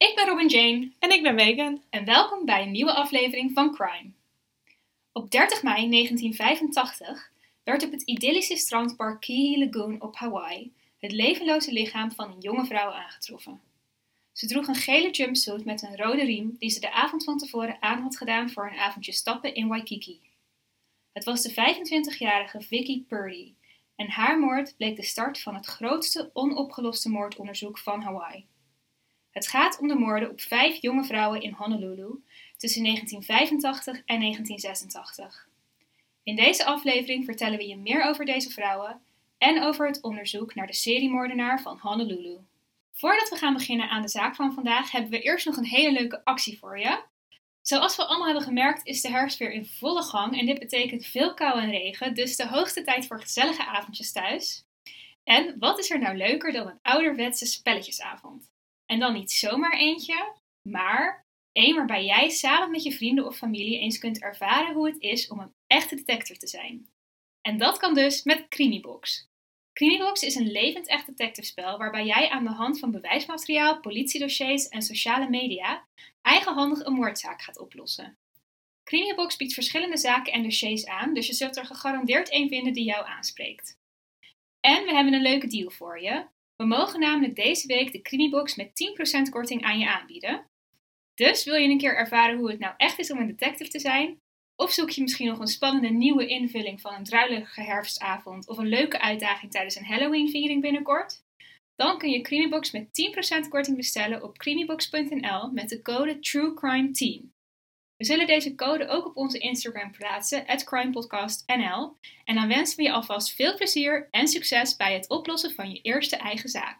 Ik ben Robin Jane. En ik ben Megan. En welkom bij een nieuwe aflevering van Crime. Op 30 mei 1985 werd op het idyllische strandpark Keehi Lagoon op Hawaii het levenloze lichaam van een jonge vrouw aangetroffen. Ze droeg een gele jumpsuit met een rode riem die ze de avond van tevoren aan had gedaan voor een avondje stappen in Waikiki. Het was de 25-jarige Vicky Purdy en haar moord bleek de start van het grootste onopgeloste moordonderzoek van Hawaii. Het gaat om de moorden op 5 jonge vrouwen in Honolulu tussen 1985 en 1986. In deze aflevering vertellen we je meer over deze vrouwen en over het onderzoek naar de seriemoordenaar van Honolulu. Voordat we gaan beginnen aan de zaak van vandaag hebben we eerst nog een hele leuke actie voor je. Zoals we allemaal hebben gemerkt is de herfst weer in volle gang en dit betekent veel kou en regen, dus de hoogste tijd voor gezellige avondjes thuis. En wat is er nou leuker dan een ouderwetse spelletjesavond? En dan niet zomaar eentje, maar één waarbij jij samen met je vrienden of familie eens kunt ervaren hoe het is om een echte detective te zijn. En dat kan dus met Crimibox. Crimibox is een levend echt detectivespel waarbij jij aan de hand van bewijsmateriaal, politiedossiers en sociale media eigenhandig een moordzaak gaat oplossen. Crimibox biedt verschillende zaken en dossiers aan, dus je zult er gegarandeerd één vinden die jou aanspreekt. En we hebben een leuke deal voor je. We mogen namelijk deze week de Crimibox met 10% korting aan je aanbieden. Dus wil je een keer ervaren hoe het nou echt is om een detective te zijn? Of zoek je misschien nog een spannende nieuwe invulling van een druilige herfstavond of een leuke uitdaging tijdens een Halloween-viering binnenkort? Dan kun je Crimibox met 10% korting bestellen op crimibox.nl met de code TrueCrimeTeam. We zullen deze code ook op onze Instagram plaatsen, @crimepodcastnl. En dan wensen we je alvast veel plezier en succes bij het oplossen van je eerste eigen zaak.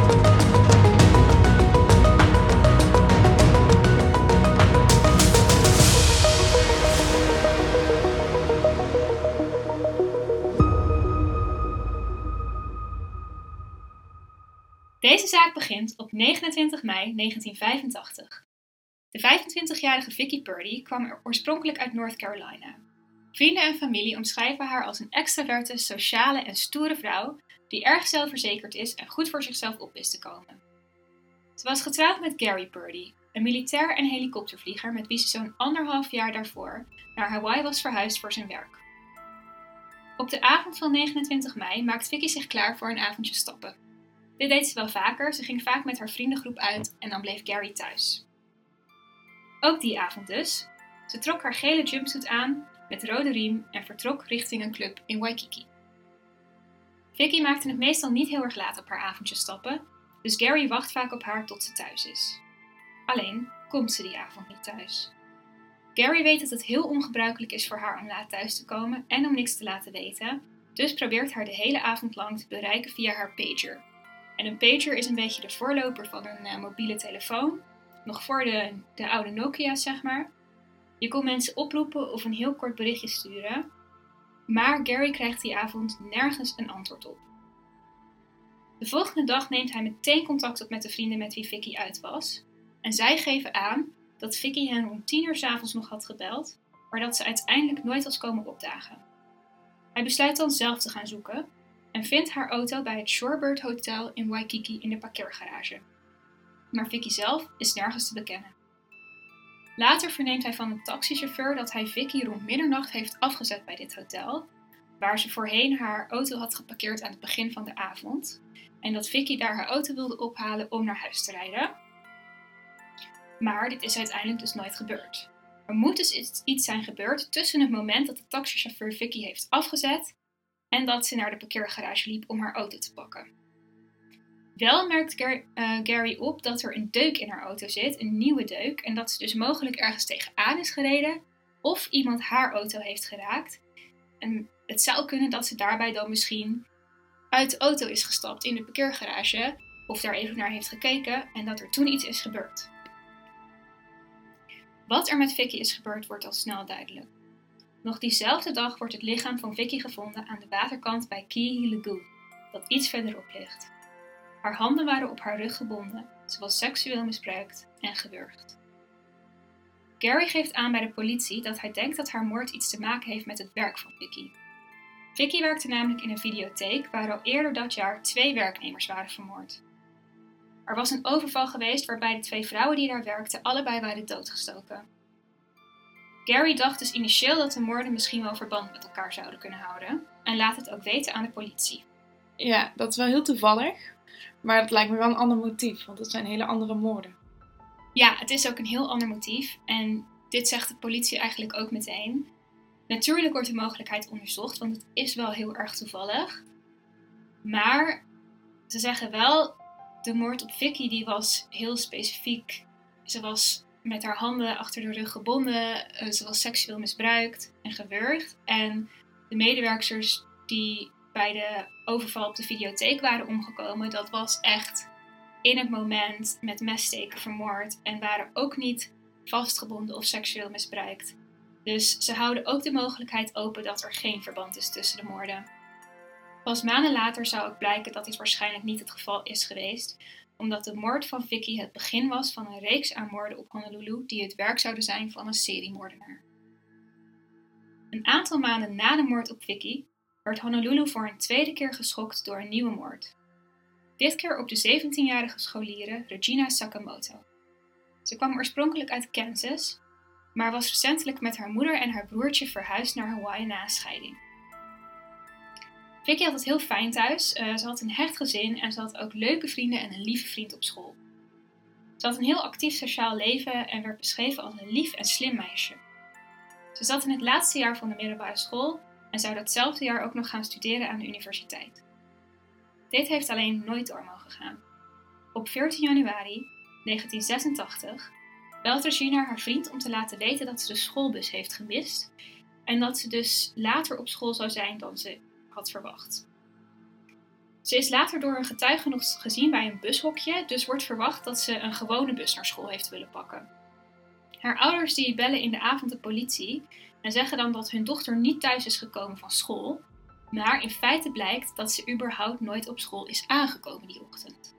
Deze zaak begint op 29 mei 1985. De 25-jarige Vicky Purdy kwam oorspronkelijk uit North Carolina. Vrienden en familie omschrijven haar als een extraverte, sociale en stoere vrouw die erg zelfverzekerd is en goed voor zichzelf op wist te komen. Ze was getrouwd met Gary Purdy, een militair en helikoptervlieger met wie ze zo'n 1,5 jaar daarvoor naar Hawaii was verhuisd voor zijn werk. Op de avond van 29 mei maakt Vicky zich klaar voor een avondje stappen. Dit deed ze wel vaker, ze ging vaak met haar vriendengroep uit en dan bleef Gary thuis. Ook die avond dus. Ze trok haar gele jumpsuit aan met rode riem en vertrok richting een club in Waikiki. Vicky maakte het meestal niet heel erg laat op haar avondje stappen, dus Gary wacht vaak op haar tot ze thuis is. Alleen komt ze die avond niet thuis. Gary weet dat het heel ongebruikelijk is voor haar om laat thuis te komen en om niks te laten weten, dus probeert haar de hele avond lang te bereiken via haar pager. En een pager is een beetje de voorloper van een mobiele telefoon. Nog voor de oude Nokia's, zeg maar. Je kon mensen oproepen of een heel kort berichtje sturen. Maar Gary krijgt die avond nergens een antwoord op. De volgende dag neemt hij meteen contact op met de vrienden met wie Vicky uit was. En zij geven aan dat Vicky hen om 10 uur 's avonds nog had gebeld, maar dat ze uiteindelijk nooit was komen opdagen. Hij besluit dan zelf te gaan zoeken en vindt haar auto bij het Shorebird Hotel in Waikiki in de parkeergarage. Maar Vicky zelf is nergens te bekennen. Later verneemt hij van een taxichauffeur dat hij Vicky rond middernacht heeft afgezet bij dit hotel, waar ze voorheen haar auto had geparkeerd aan het begin van de avond, en dat Vicky daar haar auto wilde ophalen om naar huis te rijden. Maar dit is uiteindelijk dus nooit gebeurd. Er moet dus iets zijn gebeurd tussen het moment dat de taxichauffeur Vicky heeft afgezet en dat ze naar de parkeergarage liep om haar auto te pakken. Wel merkt Gary op dat er een deuk in haar auto zit, een nieuwe deuk, en dat ze dus mogelijk ergens tegenaan is gereden of iemand haar auto heeft geraakt. En het zou kunnen dat ze daarbij dan misschien uit de auto is gestapt in de parkeergarage of daar even naar heeft gekeken en dat er toen iets is gebeurd. Wat er met Vicky is gebeurd wordt al snel duidelijk. Nog diezelfde dag wordt het lichaam van Vicky gevonden aan de waterkant bij Keehi Lagoon, dat iets verderop ligt. Haar handen waren op haar rug gebonden, ze was seksueel misbruikt en gewurgd. Gary geeft aan bij de politie dat hij denkt dat haar moord iets te maken heeft met het werk van Vicky. Vicky werkte namelijk in een videotheek waar al eerder dat jaar 2 werknemers waren vermoord. Er was een overval geweest waarbij de 2 vrouwen die daar werkten allebei waren doodgestoken. Gary dacht dus initieel dat de moorden misschien wel verband met elkaar zouden kunnen houden en laat het ook weten aan de politie. Ja, dat is wel heel toevallig, maar het lijkt me wel een ander motief, want het zijn hele andere moorden. Ja, het is ook een heel ander motief en dit zegt de politie eigenlijk ook meteen. Natuurlijk wordt de mogelijkheid onderzocht, want het is wel heel erg toevallig. Maar ze zeggen wel, de moord op Vicky die was heel specifiek. Ze was met haar handen achter de rug gebonden, ze was seksueel misbruikt en gewurgd. En de medewerkers die bij de overval op de videotheek waren omgekomen, dat was echt in het moment met messteken vermoord en waren ook niet vastgebonden of seksueel misbruikt. Dus ze houden ook de mogelijkheid open dat er geen verband is tussen de moorden. Pas maanden later zou ook blijken dat dit waarschijnlijk niet het geval is geweest, omdat de moord van Vicky het begin was van een reeks aan moorden op Honolulu die het werk zouden zijn van een seriemoordenaar. Een aantal maanden na de moord op Vicky werd Honolulu voor een tweede keer geschokt door een nieuwe moord. Dit keer op de 17-jarige scholiere Regina Sakamoto. Ze kwam oorspronkelijk uit Kansas, maar was recentelijk met haar moeder en haar broertje verhuisd naar Hawaii na een scheiding. Vicky had het heel fijn thuis, ze had een hecht gezin en ze had ook leuke vrienden en een lieve vriend op school. Ze had een heel actief sociaal leven en werd beschreven als een lief en slim meisje. Ze zat in het laatste jaar van de middelbare school en zou datzelfde jaar ook nog gaan studeren aan de universiteit. Dit heeft alleen nooit door mogen gaan. Op 14 januari 1986 belt Regina haar vriend om te laten weten dat ze de schoolbus heeft gemist en dat ze dus later op school zou zijn dan ze had verwacht. Ze is later door een getuige nog gezien bij een bushokje, dus wordt verwacht dat ze een gewone bus naar school heeft willen pakken. Haar ouders die bellen in de avond de politie en zeggen dan dat hun dochter niet thuis is gekomen van school, maar in feite blijkt dat ze überhaupt nooit op school is aangekomen die ochtend.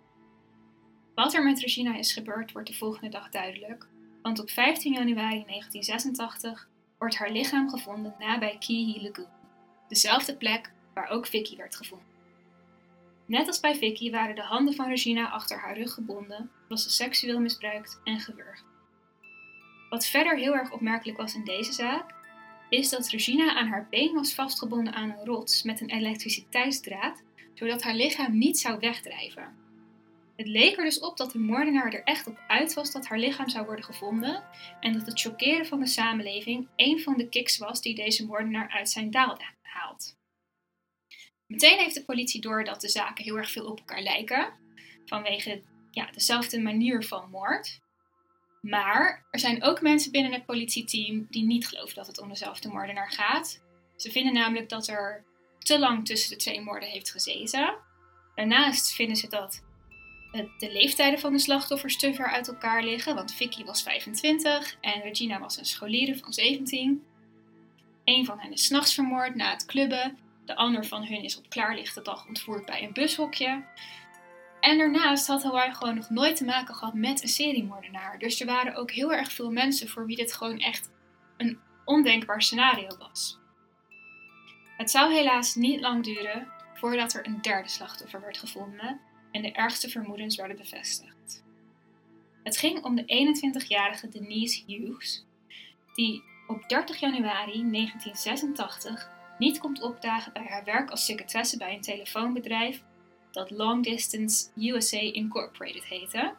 Wat er met Regina is gebeurd wordt de volgende dag duidelijk, want op 15 januari 1986 wordt haar lichaam gevonden nabij Keehee Lagoon, dezelfde plek waar ook Vicky werd gevonden. Net als bij Vicky waren de handen van Regina achter haar rug gebonden, was ze seksueel misbruikt en gewurgd. Wat verder heel erg opmerkelijk was in deze zaak, is dat Regina aan haar been was vastgebonden aan een rots met een elektriciteitsdraad, zodat haar lichaam niet zou wegdrijven. Het leek er dus op dat de moordenaar er echt op uit was dat haar lichaam zou worden gevonden en dat het chockeren van de samenleving een van de kicks was die deze moordenaar uit zijn daal haalt. Meteen heeft de politie door dat de zaken heel erg veel op elkaar lijken, vanwege dezelfde manier van moord. Maar er zijn ook mensen binnen het politieteam die niet geloven dat het om dezelfde moordenaar gaat. Ze vinden namelijk dat er te lang tussen de 2 moorden heeft gezeten. Daarnaast vinden ze dat de leeftijden van de slachtoffers te ver uit elkaar liggen, want Vicky was 25 en Regina was een scholiere van 17. Eén van hen is 's nachts vermoord na het clubben, de ander van hun is op klaarlichte dag ontvoerd bij een bushokje. En daarnaast had Hawaii gewoon nog nooit te maken gehad met een seriemoordenaar. Dus er waren ook heel erg veel mensen voor wie dit gewoon echt een ondenkbaar scenario was. Het zou helaas niet lang duren voordat er een derde slachtoffer werd gevonden en de ergste vermoedens werden bevestigd. Het ging om de 21-jarige Denise Hughes, die op 30 januari 1986 niet komt opdagen bij haar werk als secretaresse bij een telefoonbedrijf dat Long Distance USA Incorporated heette.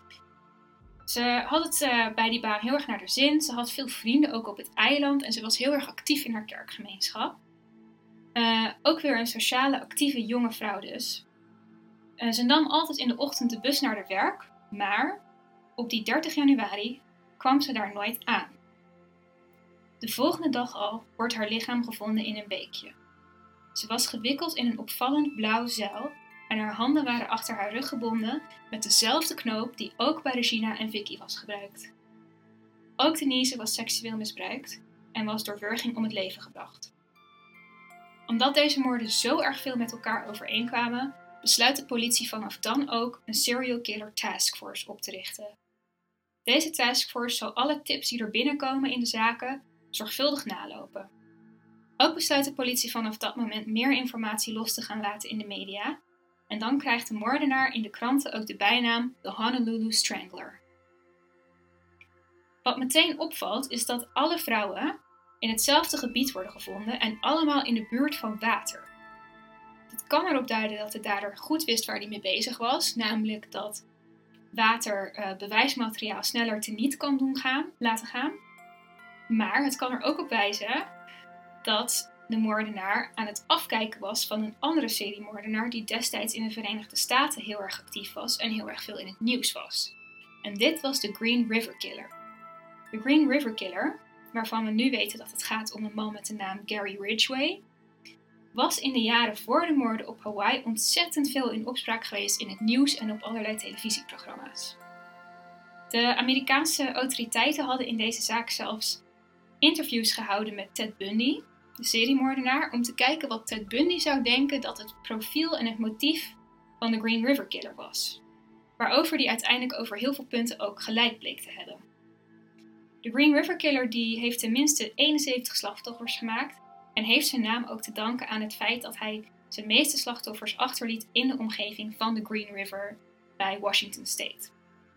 Ze had het bij die baan heel erg naar de zin. Ze had veel vrienden ook op het eiland en ze was heel erg actief in haar kerkgemeenschap. Ook weer een sociale, actieve jonge vrouw dus. Ze nam altijd in de ochtend de bus naar haar werk, maar op die 30 januari kwam ze daar nooit aan. De volgende dag al wordt haar lichaam gevonden in een beekje. Ze was gewikkeld in een opvallend blauw zeil en haar handen waren achter haar rug gebonden met dezelfde knoop die ook bij Regina en Vicky was gebruikt. Ook Denise was seksueel misbruikt en was door wurging om het leven gebracht. Omdat deze moorden zo erg veel met elkaar overeenkwamen, besluit de politie vanaf dan ook een serial killer taskforce op te richten. Deze taskforce zal alle tips die er binnenkomen in de zaken zorgvuldig nalopen. Ook besluit de politie vanaf dat moment meer informatie los te gaan laten in de media. En dan krijgt de moordenaar in de kranten ook de bijnaam de Honolulu Strangler. Wat meteen opvalt is dat alle vrouwen in hetzelfde gebied worden gevonden en allemaal in de buurt van water. Dit kan erop duiden dat de dader goed wist waar hij mee bezig was, namelijk dat water bewijsmateriaal sneller teniet kan laten gaan. Maar het kan er ook op wijzen dat de moordenaar aan het afkijken was van een andere seriemoordenaar die destijds in de Verenigde Staten heel erg actief was en heel erg veel in het nieuws was. En dit was de Green River Killer. De Green River Killer, waarvan we nu weten dat het gaat om een man met de naam Gary Ridgway, was in de jaren voor de moorden op Hawaii ontzettend veel in opspraak geweest in het nieuws en op allerlei televisieprogramma's. De Amerikaanse autoriteiten hadden in deze zaak zelfs interviews gehouden met Ted Bundy, de seriemoordenaar, om te kijken wat Ted Bundy zou denken dat het profiel en het motief van de Green River Killer was. Waarover die uiteindelijk over heel veel punten ook gelijk bleek te hebben. De Green River Killer die heeft tenminste 71 slachtoffers gemaakt en heeft zijn naam ook te danken aan het feit dat hij zijn meeste slachtoffers achterliet in de omgeving van de Green River bij Washington State.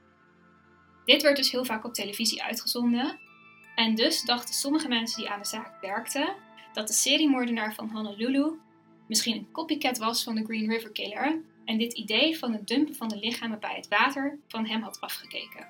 Dit werd dus heel vaak op televisie uitgezonden en dus dachten sommige mensen die aan de zaak werkten dat de seriemoordenaar van Honolulu misschien een copycat was van de Green River Killer en dit idee van het dumpen van de lichamen bij het water van hem had afgekeken.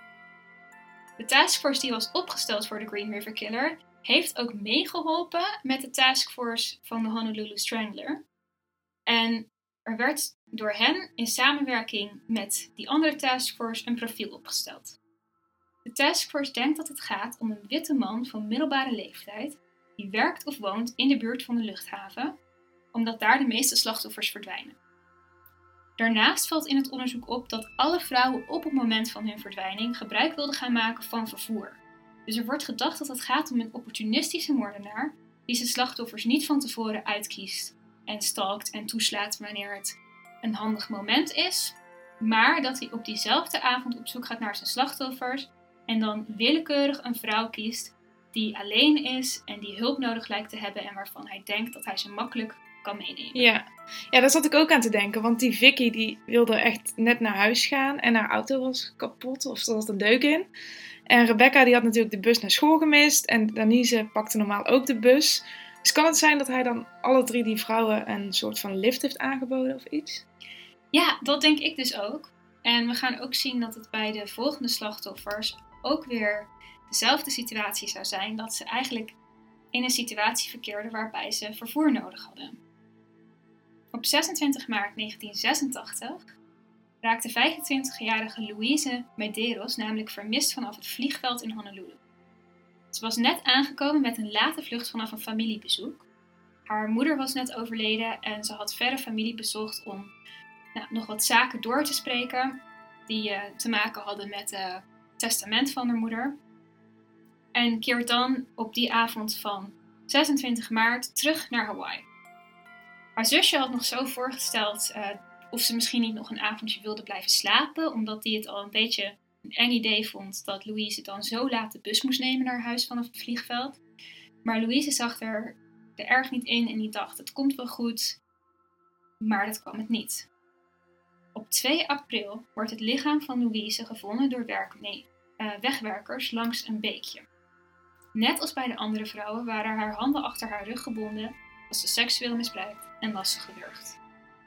De taskforce die was opgesteld voor de Green River Killer heeft ook meegeholpen met de taskforce van de Honolulu Strangler. En er werd door hen in samenwerking met die andere taskforce een profiel opgesteld. De taskforce denkt dat het gaat om een witte man van middelbare leeftijd die werkt of woont in de buurt van de luchthaven, omdat daar de meeste slachtoffers verdwijnen. Daarnaast valt in het onderzoek op dat alle vrouwen op het moment van hun verdwijning gebruik wilden gaan maken van vervoer. Dus er wordt gedacht dat het gaat om een opportunistische moordenaar die zijn slachtoffers niet van tevoren uitkiest en stalkt en toeslaat wanneer het een handig moment is, maar dat hij op diezelfde avond op zoek gaat naar zijn slachtoffers en dan willekeurig een vrouw kiest die alleen is en die hulp nodig lijkt te hebben en waarvan hij denkt dat hij ze makkelijk kan meenemen. Ja, daar zat ik ook aan te denken, want die Vicky die wilde echt net naar huis gaan en haar auto was kapot of er zat een deuk in. En Rebecca die had natuurlijk de bus naar school gemist en Danise pakte normaal ook de bus. Dus kan het zijn dat hij dan alle 3 die vrouwen een soort van lift heeft aangeboden of iets? Ja, dat denk ik dus ook. En we gaan ook zien dat het bij de volgende slachtoffers ook weer dezelfde situatie zou zijn. Dat ze eigenlijk in een situatie verkeerden waarbij ze vervoer nodig hadden. Op 26 maart 1986 raakte 25-jarige Louise Medeiros namelijk vermist vanaf het vliegveld in Honolulu. Ze was net aangekomen met een late vlucht vanaf een familiebezoek. Haar moeder was net overleden en ze had verder familie bezocht om nog wat zaken door te spreken die te maken hadden met het testament van haar moeder. En keert dan op die avond van 26 maart terug naar Hawaii. Haar zusje had nog zo voorgesteld of ze misschien niet nog een avondje wilde blijven slapen, omdat die het al een beetje een eng idee vond dat Louise dan zo laat de bus moest nemen naar huis vanaf het vliegveld. Maar Louise zag er erg niet in en die dacht, het komt wel goed, maar dat kwam het niet. Op 2 april wordt het lichaam van Louise gevonden door wegwerkers langs een beekje. Net als bij de andere vrouwen waren haar handen achter haar rug gebonden, was ze seksueel misbruikt en was ze gewurgd.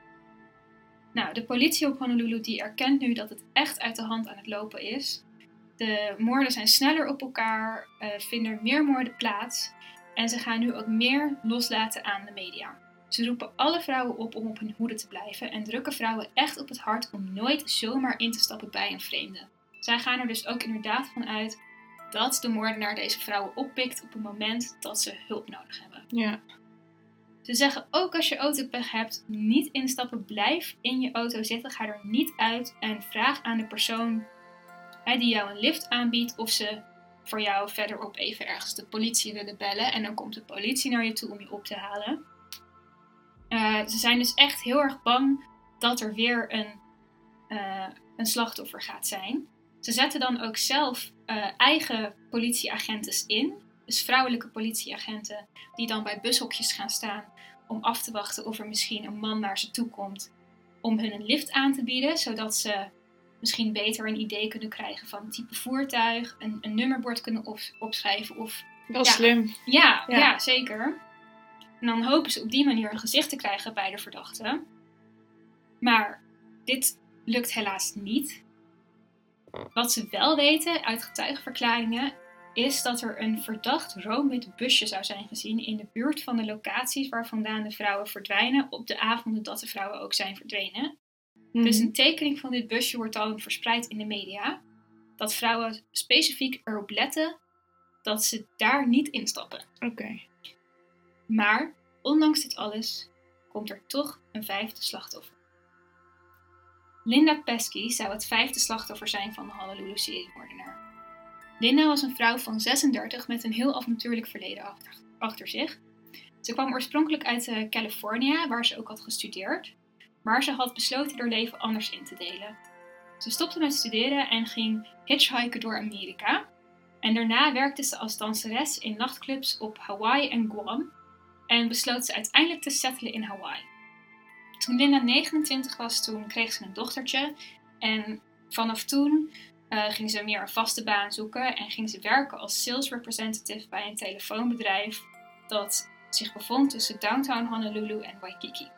Nou, de politie op Honolulu die erkent nu dat het echt uit de hand aan het lopen is. De moorden zijn sneller op elkaar, vinden meer moorden plaats en ze gaan nu ook meer loslaten aan de media. Ze roepen alle vrouwen op om op hun hoede te blijven en drukken vrouwen echt op het hart om nooit zomaar in te stappen bij een vreemde. Zij gaan er dus ook inderdaad van uit dat de moordenaar deze vrouwen oppikt op het moment dat ze hulp nodig hebben. Ja. Ze zeggen ook als je autopech hebt, niet instappen, blijf in je auto zitten, ga er niet uit en vraag aan de persoon die jou een lift aanbiedt of ze voor jou verderop even ergens de politie willen bellen en dan komt de politie naar je toe om je op te halen. Ze zijn dus echt heel erg bang dat er weer een slachtoffer gaat zijn. Ze zetten dan ook zelf eigen politieagenten in. Dus vrouwelijke politieagenten die dan bij bushokjes gaan staan om af te wachten of er misschien een man naar ze toe komt om hun een lift aan te bieden, zodat ze misschien beter een idee kunnen krijgen van het type voertuig, een nummerbord kunnen opschrijven. Of, Wel slim. Ja, zeker. En dan hopen ze op die manier een gezicht te krijgen bij de verdachte. Maar dit lukt helaas niet. Wat ze wel weten uit getuigenverklaringen is dat er een verdacht roomwit busje zou zijn gezien in de buurt van de locaties waar vandaan de vrouwen verdwijnen op de avonden dat de vrouwen ook zijn verdwenen. Dus een tekening van dit busje wordt dan verspreid in de media. Dat vrouwen specifiek erop letten dat ze daar niet instappen. Oké. Maar ondanks dit alles komt er toch een 5e slachtoffer. Linda Pesky zou het 5e slachtoffer zijn van de Honolulu-seriemoordenaar. Linda was een vrouw van 36 met een heel avontuurlijk verleden achter zich. Ze kwam oorspronkelijk uit Californië, waar ze ook had gestudeerd. Maar ze had besloten haar leven anders in te delen. Ze stopte met studeren en ging hitchhiken door Amerika. En daarna werkte ze als danseres in nachtclubs op Hawaii en Guam. En besloot ze uiteindelijk te settelen in Hawaii. Toen Linda 29 was, toen kreeg ze een dochtertje. En vanaf toen ging ze meer een vaste baan zoeken. En ging ze werken als sales representative bij een telefoonbedrijf dat zich bevond tussen downtown Honolulu en Waikiki.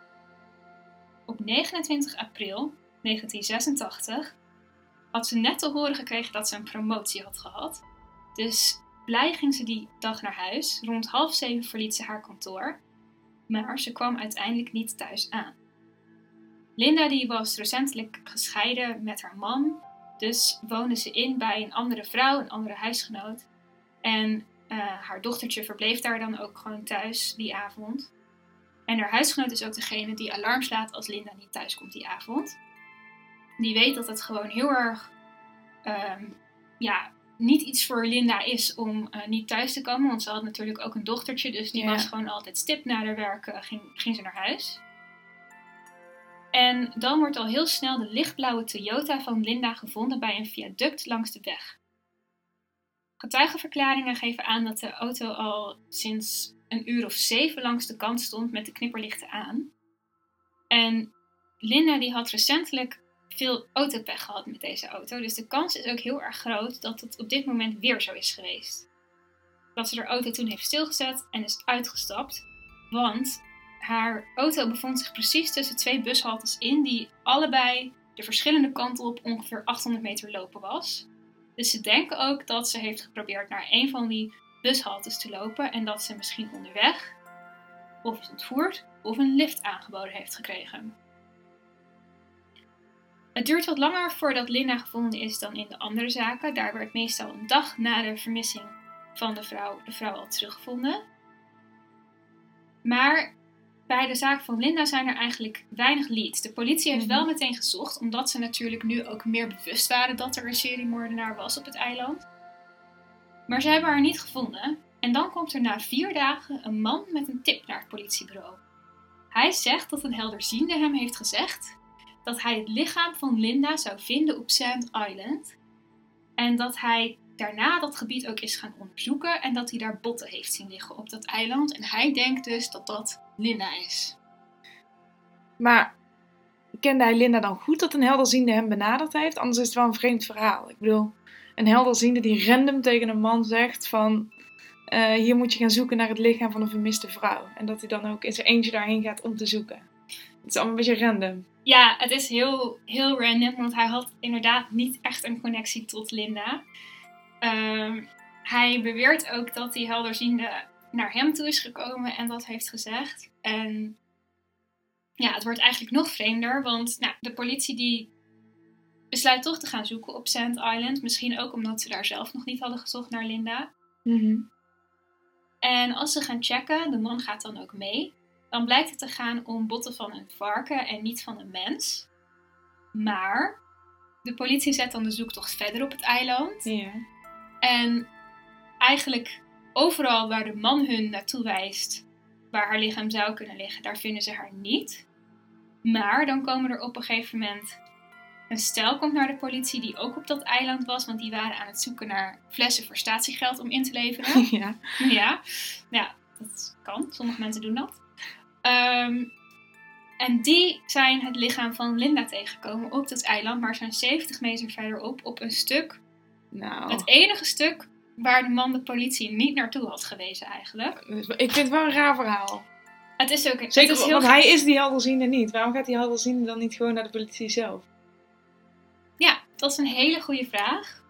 Op 29 april 1986 had ze net te horen gekregen dat ze een promotie had gehad. Dus blij ging ze die dag naar huis. Rond 6:30 verliet ze haar kantoor. Maar ze kwam uiteindelijk niet thuis aan. Linda die was recentelijk gescheiden met haar man. Dus woonde ze in bij een andere vrouw, een andere huisgenoot. En haar dochtertje verbleef daar dan ook gewoon thuis die avond. En haar huisgenoot is ook degene die alarm slaat als Linda niet thuis komt die avond. Die weet dat het gewoon heel erg niet iets voor Linda is om niet thuis te komen. Want ze had natuurlijk ook een dochtertje. Dus die was gewoon altijd stipt na haar werk. Ging ze naar huis. En dan wordt al heel snel de lichtblauwe Toyota van Linda gevonden bij een viaduct langs de weg. Getuigenverklaringen geven aan dat de auto al sinds 7 uur langs de kant stond met de knipperlichten aan. En Linda die had recentelijk veel autopech gehad met deze auto. Dus de kans is ook heel erg groot dat het op dit moment weer zo is geweest. Dat ze haar auto toen heeft stilgezet en is uitgestapt. Want haar auto bevond zich precies tussen 2 bushaltes in die allebei de verschillende kanten op ongeveer 800 meter lopen was. Dus ze denken ook dat ze heeft geprobeerd naar een van die bushaltes te lopen en dat ze misschien onderweg of is ontvoerd of een lift aangeboden heeft gekregen. Het duurt wat langer voordat Linda gevonden is dan in de andere zaken. Daar werd meestal een dag na de vermissing van de vrouw al teruggevonden. Maar bij de zaak van Linda zijn er eigenlijk weinig leads. De politie heeft wel meteen gezocht, omdat ze natuurlijk nu ook meer bewust waren dat er een seriemoordenaar was op het eiland. Maar ze hebben haar niet gevonden. En dan komt er na 4 dagen een man met een tip naar het politiebureau. Hij zegt dat een helderziende hem heeft gezegd dat hij het lichaam van Linda zou vinden op Sand Island. En dat hij daarna dat gebied ook is gaan onderzoeken en dat hij daar botten heeft zien liggen op dat eiland. En hij denkt dus dat dat Linda is. Maar kende hij Linda dan goed dat een helderziende hem benaderd heeft? Anders is het wel een vreemd verhaal. Ik bedoel, een helderziende die random tegen een man zegt van hier moet je gaan zoeken naar het lichaam van een vermiste vrouw. En dat hij dan ook in zijn eentje daarheen gaat om te zoeken. Het is allemaal een beetje random. Ja, het is heel, heel random, want hij had inderdaad niet echt een connectie tot Linda. Hij beweert ook dat die helderziende naar hem toe is gekomen en dat heeft gezegd. En ja, het wordt eigenlijk nog vreemder, want de politie die besluit toch te gaan zoeken op Sand Island. Misschien ook omdat ze daar zelf nog niet hadden gezocht naar Linda. Mm-hmm. En als ze gaan checken, de man gaat dan ook mee. Dan blijkt het te gaan om botten van een varken en niet van een mens. Maar de politie zet dan de zoektocht verder op het eiland. Ja. En eigenlijk overal waar de man hun naartoe wijst, waar haar lichaam zou kunnen liggen, daar vinden ze haar niet. Maar dan komen er op een gegeven moment een stel komt naar de politie die ook op dat eiland was, want die waren aan het zoeken naar flessen voor statiegeld om in te leveren. Ja, dat kan. Sommige mensen doen dat. En die zijn het lichaam van Linda tegengekomen op dat eiland, maar zijn 70 meter verderop op een stuk. Nou, Het enige stuk waar de man de politie niet naartoe had gewezen eigenlijk. ik vind het wel een raar verhaal. Het is ook Zeker, het is heel want hij is die helderziende niet. Waarom gaat die helderziende dan niet gewoon naar de politie zelf? Ja, dat is een hele goede vraag.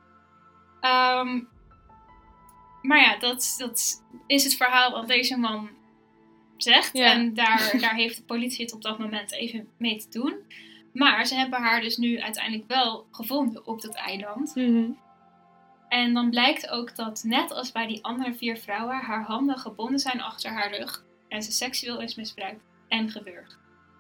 Maar ja, dat is het verhaal wat deze man zegt. Ja. En daar heeft de politie het op dat moment even mee te doen. Maar ze hebben haar dus nu uiteindelijk wel gevonden op dat eiland. Mhm. En dan blijkt ook dat, net als bij die andere 4 vrouwen, haar handen gebonden zijn achter haar rug. En ze seksueel is misbruikt en gewurgd.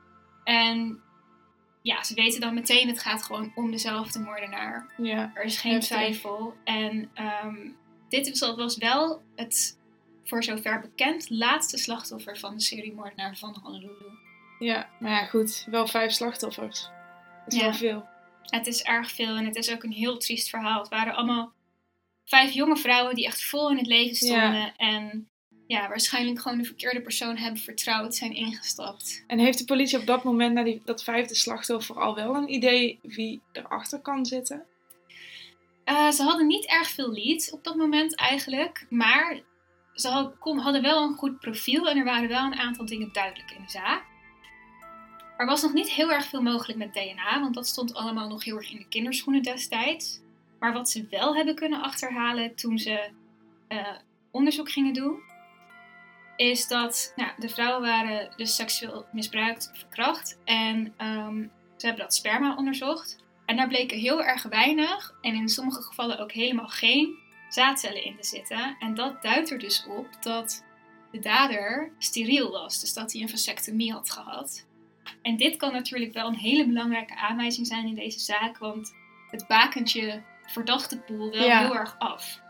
En ja, ze weten dan meteen, het gaat gewoon om dezelfde moordenaar. Ja. Er is geen Heftig. twijfel. En dit was wel het, voor zover bekend, laatste slachtoffer van de seriemoordenaar van Honolulu. Ja, maar ja, goed. Wel 5 slachtoffers. Dat is Ja. wel veel. Het is erg veel en het is ook een heel triest verhaal. Het waren allemaal 5 jonge vrouwen die echt vol in het leven stonden. Ja. En ja, waarschijnlijk gewoon de verkeerde persoon hebben vertrouwd, zijn ingestapt. En heeft de politie op dat moment, na dat 5e slachtoffer, al wel een idee wie erachter kan zitten? Ze hadden niet erg veel leads op dat moment eigenlijk. Maar ze hadden wel een goed profiel en er waren wel een aantal dingen duidelijk in de zaak. Er was nog niet heel erg veel mogelijk met DNA, want dat stond allemaal nog heel erg in de kinderschoenen destijds. Maar wat ze wel hebben kunnen achterhalen toen ze onderzoek gingen doen, is dat de vrouwen waren dus seksueel misbruikt, verkracht. En ze hebben dat sperma onderzocht. En daar bleken heel erg weinig, en in sommige gevallen ook helemaal geen, zaadcellen in te zitten. En dat duidt er dus op dat de dader steriel was. Dus dat hij een vasectomie had gehad. En dit kan natuurlijk wel een hele belangrijke aanwijzing zijn in deze zaak. Want het bakent je verdachte pool wel heel erg af.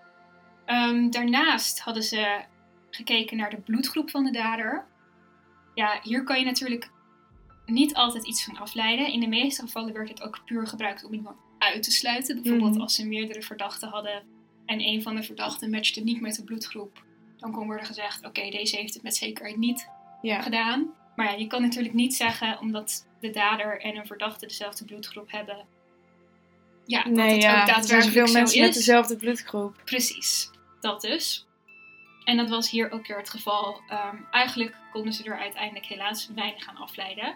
Daarnaast hadden ze gekeken naar de bloedgroep van de dader. Ja, hier kan je natuurlijk niet altijd iets van afleiden. In de meeste gevallen werd het ook puur gebruikt om iemand uit te sluiten. Bijvoorbeeld als ze meerdere verdachten hadden en een van de verdachten matchte niet met de bloedgroep. Dan kon worden gezegd, oké, deze heeft het met zekerheid niet gedaan. Maar ja, je kan natuurlijk niet zeggen, omdat de dader en een verdachte dezelfde bloedgroep hebben, ja, dat het ook daadwerkelijk er zijn veel mensen is. met dezelfde bloedgroep. Precies, dat dus. En dat was hier ook weer het geval. Eigenlijk konden ze er uiteindelijk helaas weinig aan afleiden.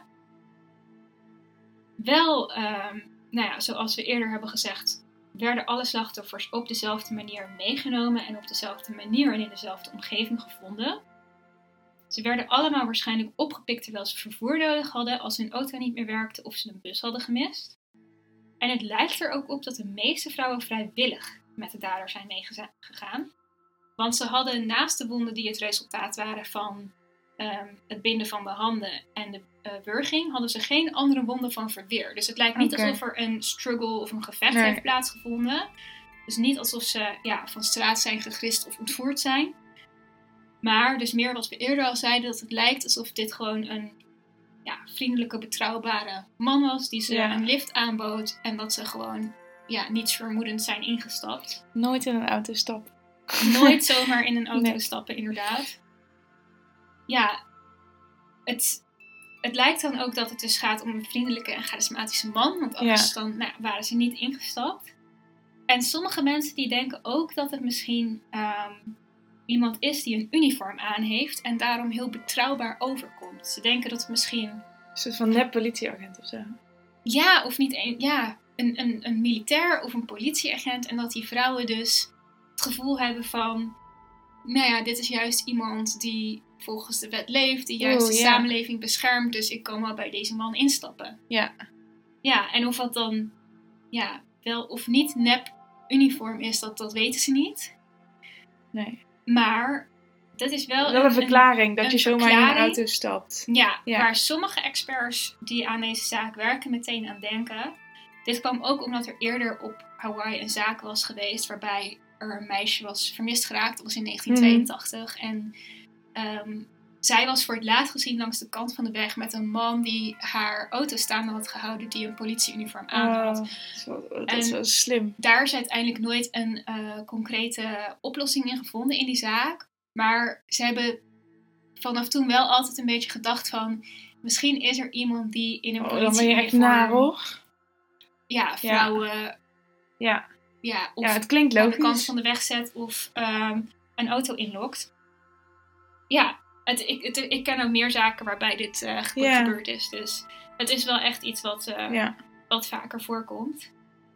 Wel, zoals we eerder hebben gezegd, werden alle slachtoffers op dezelfde manier meegenomen en op dezelfde manier en in dezelfde omgeving gevonden. Ze werden allemaal waarschijnlijk opgepikt terwijl ze vervoer nodig hadden, als hun auto niet meer werkte of ze een bus hadden gemist. En het lijkt er ook op dat de meeste vrouwen vrijwillig met de dader zijn meegegaan. Want ze hadden naast de wonden die het resultaat waren van het binden van de handen en de wurging, hadden ze geen andere wonden van verweer. Dus het lijkt niet alsof er een struggle of een gevecht heeft plaatsgevonden. Dus niet alsof ze van straat zijn gegrist of ontvoerd zijn. Maar dus meer wat we eerder al zeiden, dat het lijkt alsof dit gewoon een vriendelijke, betrouwbare man was die ze een lift aanbood en dat ze gewoon niets vermoedend zijn ingestapt. Nooit in een auto stappen. Nooit zomaar in een auto stappen, inderdaad. Ja, het lijkt dan ook dat het dus gaat om een vriendelijke en charismatische man, want anders dan waren ze niet ingestapt. En sommige mensen die denken ook dat het misschien iemand is die een uniform aan heeft en daarom heel betrouwbaar overkomt. Ze denken dat het misschien Een soort van nep politieagent of zo. Ja, of niet een militair of een politieagent. En dat die vrouwen dus het gevoel hebben van, dit is juist iemand die volgens de wet leeft, die juist de samenleving beschermt, dus ik kan wel bij deze man instappen. Ja. Ja, en of dat dan wel of niet nep uniform is, dat weten ze niet. Nee. Maar dat is wel een verklaring dat je zomaar in een auto stapt. Ja, waar sommige experts die aan deze zaak werken meteen aan denken. Dit kwam ook omdat er eerder op Hawaii een zaak was geweest waarbij er een meisje was vermist geraakt. Dat was in 1982. En zij was voor het laatst gezien langs de kant van de weg met een man die haar auto staande had gehouden die een politieuniform aan had. Dat is wel slim. Daar is uiteindelijk nooit een concrete oplossing in gevonden in die zaak. Maar ze hebben vanaf toen wel altijd een beetje gedacht van, Misschien is er iemand die in een dan ben je echt naar, hoor. Ja, vrouwen... Ja. Ja, of Het klinkt aan logisch. de kant van de weg zet of een auto inlokt. Ja, ik ken ook meer zaken waarbij dit gebeurd is. Dus het is wel echt iets wat vaker voorkomt.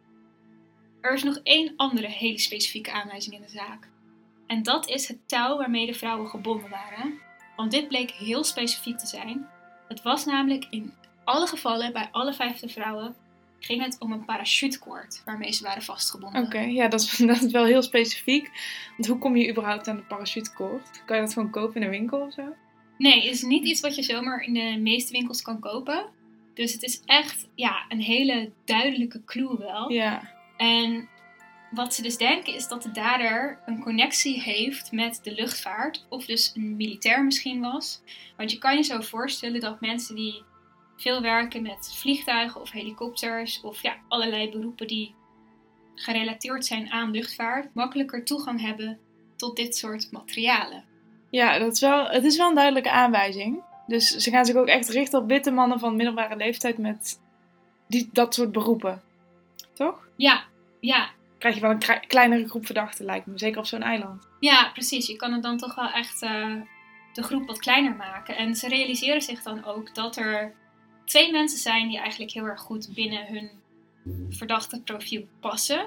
Er is nog één andere hele specifieke aanwijzing in de zaak. En dat is het touw waarmee de vrouwen gebonden waren. Want dit bleek heel specifiek te zijn. Het was namelijk in alle gevallen, bij alle 5 vrouwen, ging het om een parachutekoord waarmee ze waren vastgebonden. Oké, dat is wel heel specifiek. Want hoe kom je überhaupt aan de parachutekoord? Kan je dat gewoon kopen in een winkel of zo? Nee, het is niet iets wat je zomaar in de meeste winkels kan kopen. Dus het is echt een hele duidelijke clue wel. Ja. En wat ze dus denken is dat de dader een connectie heeft met de luchtvaart. Of dus een militair misschien was. Want je kan je zo voorstellen dat mensen die veel werken met vliegtuigen of helikopters. Of allerlei beroepen die gerelateerd zijn aan luchtvaart. Makkelijker toegang hebben tot dit soort materialen. Ja, het is wel een duidelijke aanwijzing. Dus ze gaan zich ook echt richten op witte mannen van middelbare leeftijd met dat soort beroepen. Toch? Ja. Krijg je wel een kleinere groep verdachten, lijkt me. Zeker op zo'n eiland. Ja, precies. Je kan het dan toch wel echt de groep wat kleiner maken. En ze realiseren zich dan ook dat er 2 mensen zijn die eigenlijk heel erg goed binnen hun verdachte profiel passen.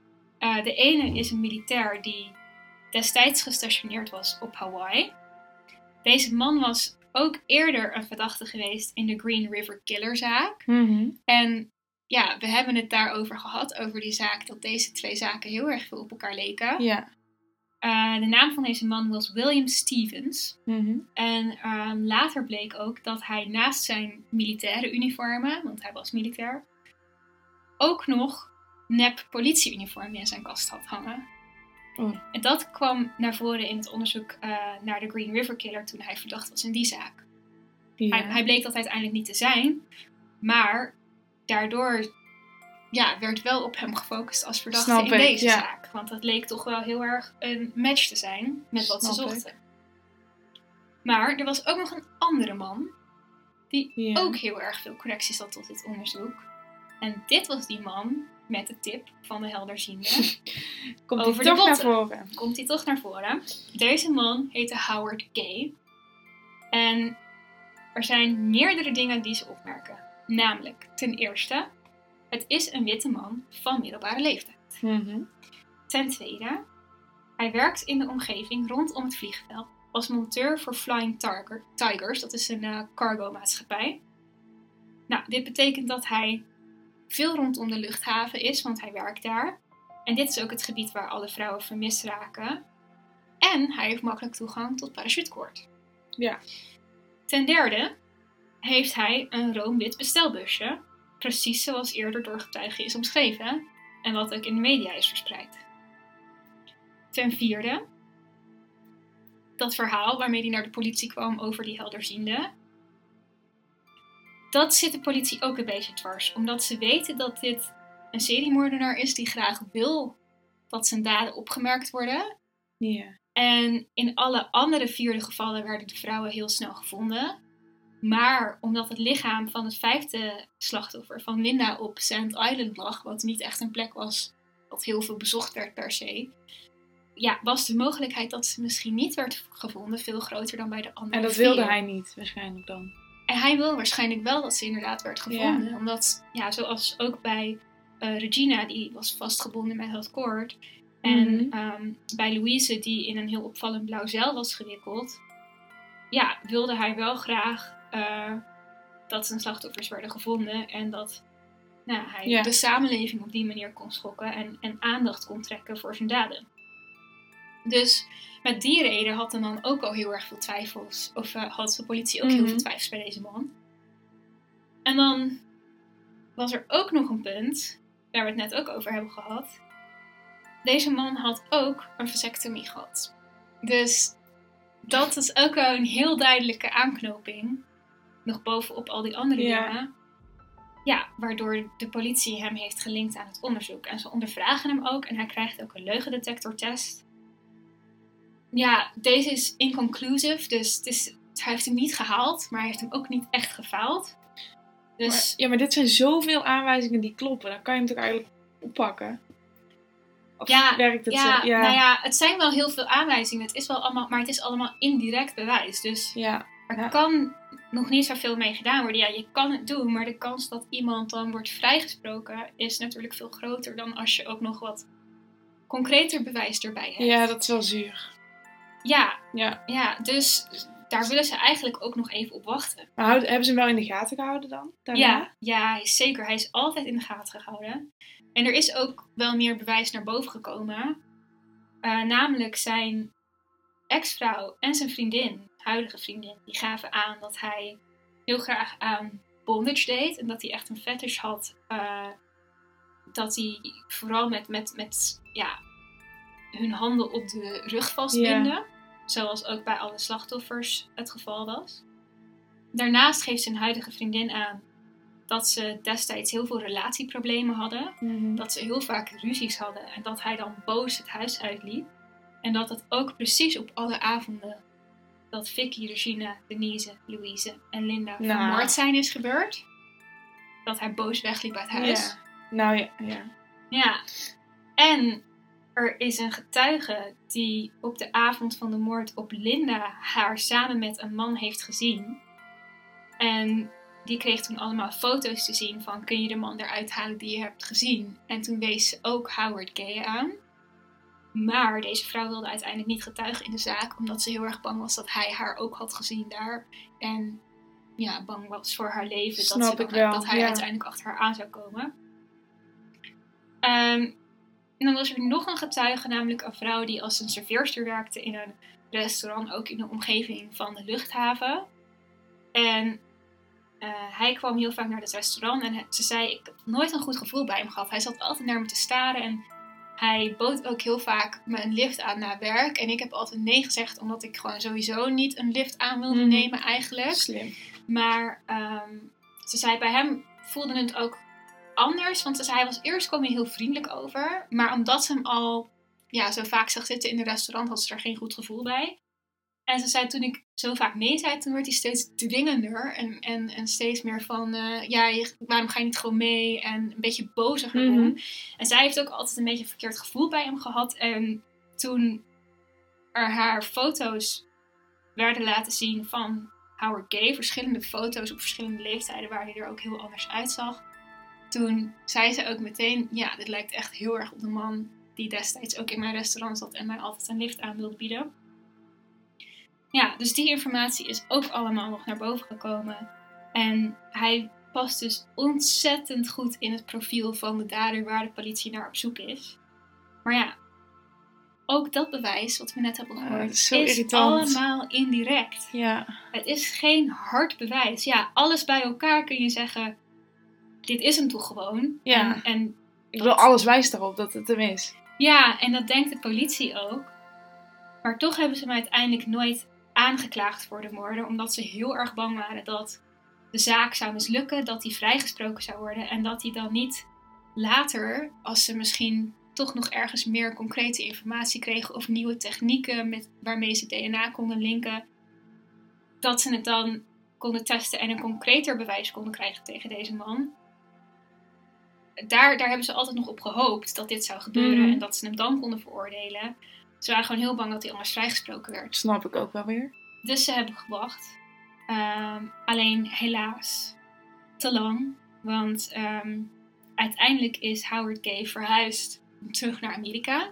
De ene is een militair die destijds gestationeerd was op Hawaii. Deze man was ook eerder een verdachte geweest in de Green River Killerzaak. Mm-hmm. En we hebben het daarover gehad, over die zaak, dat deze 2 zaken heel erg veel op elkaar leken. Ja. De naam van deze man was William Stevens. Mm-hmm. En later bleek ook dat hij naast zijn militaire uniformen, want hij was militair, ook nog nep politieuniformen in zijn kast had hangen. Oh. En dat kwam naar voren in het onderzoek naar de Green River Killer toen hij verdacht was in die zaak. Ja. Hij bleek dat uiteindelijk niet te zijn, maar daardoor werd wel op hem gefocust als verdachte in deze zaak. Want dat leek toch wel heel erg een match te zijn met wat ze zochten. Maar er was ook nog een andere man die ook heel erg veel connecties had tot dit onderzoek. En dit was die man met de tip van de helderziende. Komt over hij de toch botten. naar voren? Komt hij toch naar voren. Deze man heette Howard Gay. En er zijn meerdere dingen die ze opmerken. Namelijk, ten eerste, het is een witte man van middelbare leeftijd. Mm-hmm. Ten tweede, hij werkt in de omgeving rondom het vliegveld als monteur voor Flying Tigers. Dat is een cargo-maatschappij. Nou, dit betekent dat hij veel rondom de luchthaven is, want hij werkt daar. En dit is ook het gebied waar alle vrouwen vermist raken. En hij heeft makkelijk toegang tot parachutekoord. Ja. Ten derde heeft hij een roomwit bestelbusje. Precies zoals eerder door getuigen is omschreven. En wat ook in de media is verspreid. Ten vierde, dat verhaal waarmee hij naar de politie kwam over die helderziende. Dat zit de politie ook een beetje dwars. Omdat ze weten dat dit een seriemoordenaar is die graag wil dat zijn daden opgemerkt worden. Ja. En in alle andere 4 gevallen werden de vrouwen heel snel gevonden. Maar omdat het lichaam van het 5e slachtoffer van Linda op Sand Island lag, wat niet echt een plek was dat heel veel bezocht werd per se, was de mogelijkheid dat ze misschien niet werd gevonden veel groter dan bij de andere 4. En dat wilde hij niet, waarschijnlijk dan. En hij wil waarschijnlijk wel dat ze inderdaad werd gevonden. Ja. Omdat, zoals ook bij Regina, die was vastgebonden met dat koord. En bij Louise, die in een heel opvallend blauw zeil was gewikkeld, wilde hij wel graag dat zijn slachtoffers werden gevonden. En dat hij de samenleving op die manier kon schokken en aandacht kon trekken voor zijn daden. Dus met die reden had de man ook al heel erg veel twijfels. Of had de politie ook heel veel twijfels bij deze man. En dan was er ook nog een punt, waar we het net ook over hebben gehad. Deze man had ook een vasectomie gehad. Dus dat is ook wel een heel duidelijke aanknoping. Nog bovenop al die andere dingen. Ja, waardoor de politie hem heeft gelinkt aan het onderzoek. En ze ondervragen hem ook. En hij krijgt ook een leugendetectortest. Ja, deze is inconclusive. Dus het hij heeft hem niet gehaald, maar hij heeft hem ook niet echt gefaald. Dus Maar dit zijn zoveel aanwijzingen die kloppen. Dan kan je hem toch eigenlijk oppakken? Of werkt het zo? Ja. Nou ja, het zijn wel heel veel aanwijzingen. Het is wel allemaal, maar het is allemaal indirect bewijs. Dus er kan nog niet zoveel mee gedaan worden. Ja, je kan het doen, maar de kans dat iemand dan wordt vrijgesproken is natuurlijk veel groter dan als je ook nog wat concreter bewijs erbij hebt. Ja, dat is wel zuur. Ja, dus daar willen ze eigenlijk ook nog even op wachten. Maar hebben ze hem wel in de gaten gehouden dan? Daarna? Ja, zeker. Hij is altijd in de gaten gehouden. En er is ook wel meer bewijs naar boven gekomen. Namelijk zijn ex-vrouw en zijn vriendin, huidige vriendin, die gaven aan dat hij heel graag aan bondage deed. En dat hij echt een fetish had. Dat hij vooral met hun handen op de rug vastbinden. Yeah. Zoals ook bij alle slachtoffers het geval was. Daarnaast geeft zijn huidige vriendin aan dat ze destijds heel veel relatieproblemen hadden. Mm-hmm. Dat ze heel vaak ruzies hadden. En dat hij dan boos het huis uitliep. En dat het ook precies op alle avonden dat Vicky, Regina, Denise, Louise en Linda vermoord zijn is gebeurd. Dat hij boos wegliep uit huis. Ja. En er is een getuige die op de avond van de moord op Linda haar samen met een man heeft gezien. En die kreeg toen allemaal foto's te zien van kun je de man eruit halen die je hebt gezien. En toen wees ze ook Howard Gay aan. Maar deze vrouw wilde uiteindelijk niet getuigen in de zaak. Omdat ze heel erg bang was dat hij haar ook had gezien daar. En bang was voor haar leven. Dat hij uiteindelijk achter haar aan zou komen. En dan was er nog een getuige. Namelijk een vrouw die als een serveerster werkte in een restaurant. Ook in de omgeving van de luchthaven. En hij kwam heel vaak naar het restaurant. En ze zei, ik heb nooit een goed gevoel bij hem gehad. Hij zat altijd naar me te staren. En hij bood ook heel vaak me een lift aan naar werk. En ik heb altijd nee gezegd. Omdat ik gewoon sowieso niet een lift aan wilde nemen eigenlijk. Slim. Maar ze zei, bij hem voelde het ook anders. Want ze zei, kwam hij heel vriendelijk over. Maar omdat ze hem al zo vaak zag zitten in een restaurant. Had ze er geen goed gevoel bij. En ze zei, toen ik zo vaak nee zei, toen werd hij steeds dwingender. En steeds meer van, waarom ga je niet gewoon mee? En een beetje boziger om. En zij heeft ook altijd een beetje een verkeerd gevoel bij hem gehad. En toen er haar foto's werden laten zien van Howard Gay. Verschillende foto's op verschillende leeftijden waar hij er ook heel anders uitzag. Toen zei ze ook meteen, dit lijkt echt heel erg op de man die destijds ook in mijn restaurant zat. En mij altijd een lift aan wilde bieden. Ja, dus die informatie is ook allemaal nog naar boven gekomen. En hij past dus ontzettend goed in het profiel van de dader waar de politie naar op zoek is. Maar ook dat bewijs, wat we net hebben gehoord, is allemaal indirect. Ja. Het is geen hard bewijs. Ja, alles bij elkaar kun je zeggen, dit is hem toch gewoon. Ja. En alles wijst erop dat het hem is. Ja, en dat denkt de politie ook. Maar toch hebben ze hem uiteindelijk nooit aangeklaagd voor de moorden. Omdat ze heel erg bang waren dat de zaak zou mislukken. Dat hij vrijgesproken zou worden. En dat hij dan niet later, als ze misschien toch nog ergens meer concrete informatie kregen. Of nieuwe technieken waarmee ze DNA konden linken. Dat ze het dan konden testen en een concreter bewijs konden krijgen tegen deze man. Daar hebben ze altijd nog op gehoopt dat dit zou gebeuren. En dat ze hem dan konden veroordelen. Ze waren gewoon heel bang dat hij anders vrijgesproken werd. Snap ik ook wel weer. Dus ze hebben gewacht. Alleen helaas te lang. Want uiteindelijk is Howard Gay verhuisd terug naar Amerika.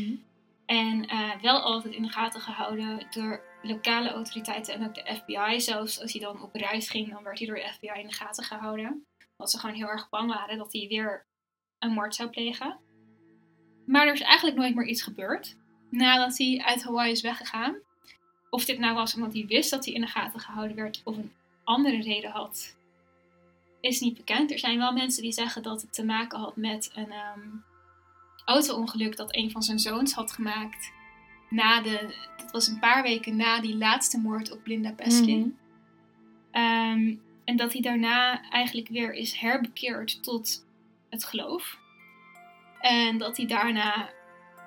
En wel altijd in de gaten gehouden door lokale autoriteiten en ook de FBI. Zelfs als hij dan op reis ging, dan werd hij door de FBI in de gaten gehouden. Want ze gewoon heel erg bang waren dat hij weer een moord zou plegen. Maar er is eigenlijk nooit meer iets gebeurd nadat hij uit Hawaii is weggegaan. Of dit nou was omdat hij wist dat hij in de gaten gehouden werd of een andere reden had, is niet bekend. Er zijn wel mensen die zeggen dat het te maken had met een auto-ongeluk dat een van zijn zoons had gemaakt. Dat was een paar weken na die laatste moord op Linda Pesley. En dat hij daarna eigenlijk weer is herbekeerd tot het geloof. En dat hij daarna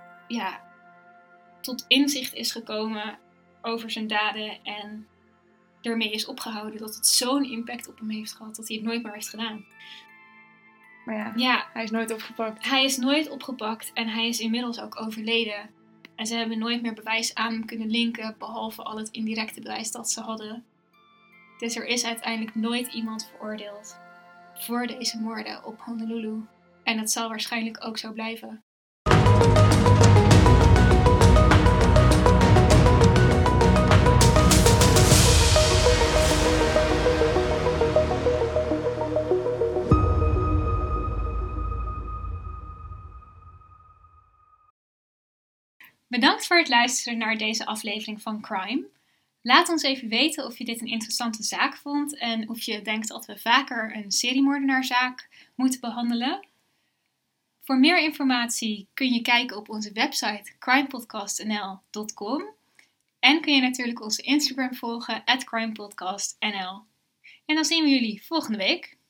tot inzicht is gekomen over zijn daden. En ermee is opgehouden. Dat het zo'n impact op hem heeft gehad dat hij het nooit meer heeft gedaan. Maar Ja, hij is nooit opgepakt. hij is nooit opgepakt en hij is inmiddels ook overleden. En ze hebben nooit meer bewijs aan hem kunnen linken, behalve al het indirecte bewijs dat ze hadden. Dus er is uiteindelijk nooit iemand veroordeeld voor deze moorden op Honolulu. En dat zal waarschijnlijk ook zo blijven. Bedankt voor het luisteren naar deze aflevering van Crime. Laat ons even weten of je dit een interessante zaak vond en of je denkt dat we vaker een seriemoordenaarzaak moeten behandelen. Voor meer informatie kun je kijken op onze website crimepodcastnl.com en kun je natuurlijk onze Instagram volgen @crimepodcastnl. En dan zien we jullie volgende week.